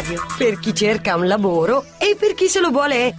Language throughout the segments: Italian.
Radio, per chi cerca un lavoro e per chi se lo vuole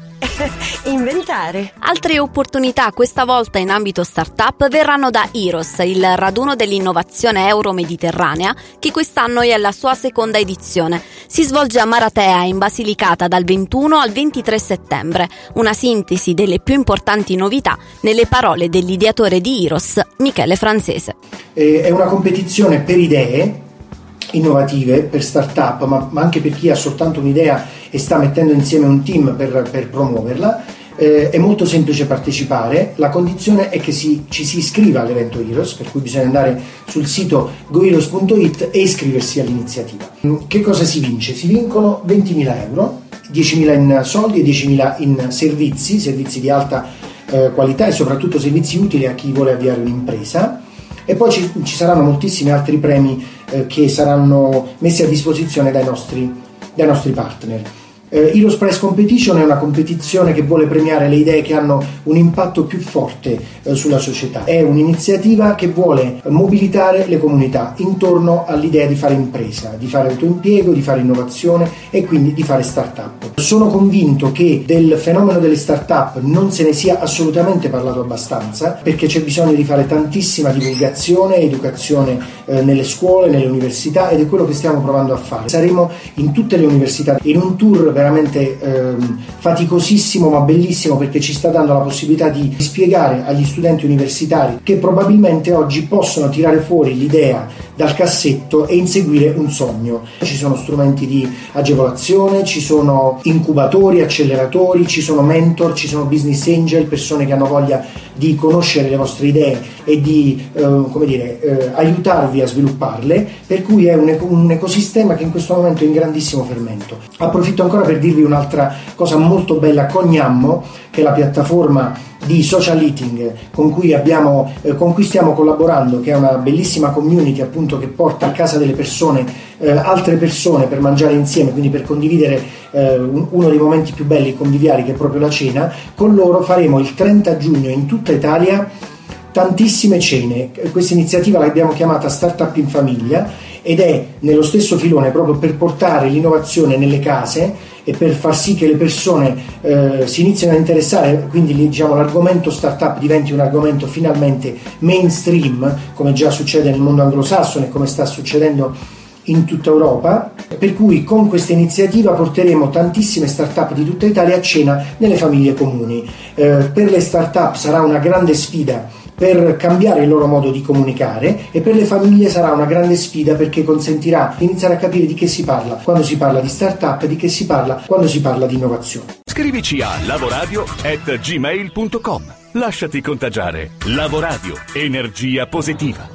inventare. Altre opportunità, questa volta in ambito startup, verranno da Iros, il raduno dell'innovazione euro-mediterranea, che quest'anno è alla sua seconda edizione. Si svolge a Maratea, in Basilicata, dal 21 al 23 settembre. Una sintesi delle più importanti novità nelle parole dell'ideatore di Iros, Michele Francese. È una competizione per idee innovative, per start-up, ma anche per chi ha soltanto un'idea e sta mettendo insieme un team per promuoverla. È molto semplice partecipare, la condizione è che ci si iscriva all'evento Iros, per cui bisogna andare sul sito goiros.it e iscriversi all'iniziativa. Che cosa si vince? Si vincono 20.000 euro, 10.000 in soldi e 10.000 in servizi di alta qualità e soprattutto servizi utili a chi vuole avviare un'impresa. E poi ci saranno moltissimi altri premi che saranno messi a disposizione dai nostri partner. Iros Prize Competition è una competizione che vuole premiare le idee che hanno un impatto più forte sulla società. È un'iniziativa che vuole mobilitare le comunità intorno all'idea di fare impresa, di fare autoimpiego, di fare innovazione e quindi di fare start-up. Sono convinto che del fenomeno delle start-up non se ne sia assolutamente parlato abbastanza, perché c'è bisogno di fare tantissima divulgazione, educazione nelle scuole, nelle università, ed è quello che stiamo provando a fare. Saremo in tutte le università in un tour veramente faticosissimo ma bellissimo, perché ci sta dando la possibilità di spiegare agli studenti universitari che probabilmente oggi possono tirare fuori l'idea dal cassetto e inseguire un sogno. Ci sono strumenti di agevolazione, ci sono incubatori, acceleratori, ci sono mentor, ci sono business angel, persone che hanno voglia di conoscere le vostre idee e di aiutarvi a svilupparle, per cui è un ecosistema che in questo momento è in grandissimo fermento. Approfitto ancora per dirvi un'altra cosa molto bella. Cognammo, che è la piattaforma di social eating con cui stiamo collaborando, che è una bellissima community appunto che porta a casa delle persone altre persone per mangiare insieme, quindi per condividere uno dei momenti più belli conviviali, che è proprio la cena. Con loro faremo il 30 giugno in tutta Italia tantissime cene. Questa iniziativa l'abbiamo chiamata Startup in Famiglia ed è nello stesso filone, proprio per portare l'innovazione nelle case e per far sì che le persone si inizino a interessare, quindi l'argomento startup diventi un argomento finalmente mainstream, come già succede nel mondo anglosassone e come sta succedendo in tutta Europa. Per cui con questa iniziativa porteremo tantissime startup di tutta Italia a cena nelle famiglie comuni. Per le startup sarà una grande sfida per cambiare il loro modo di comunicare, e per le famiglie sarà una grande sfida perché consentirà di iniziare a capire di che si parla quando si parla di startup e di che si parla quando si parla di innovazione. Scrivici a lavoradio@gmail.com. Lasciati contagiare. Lavoradio, energia positiva.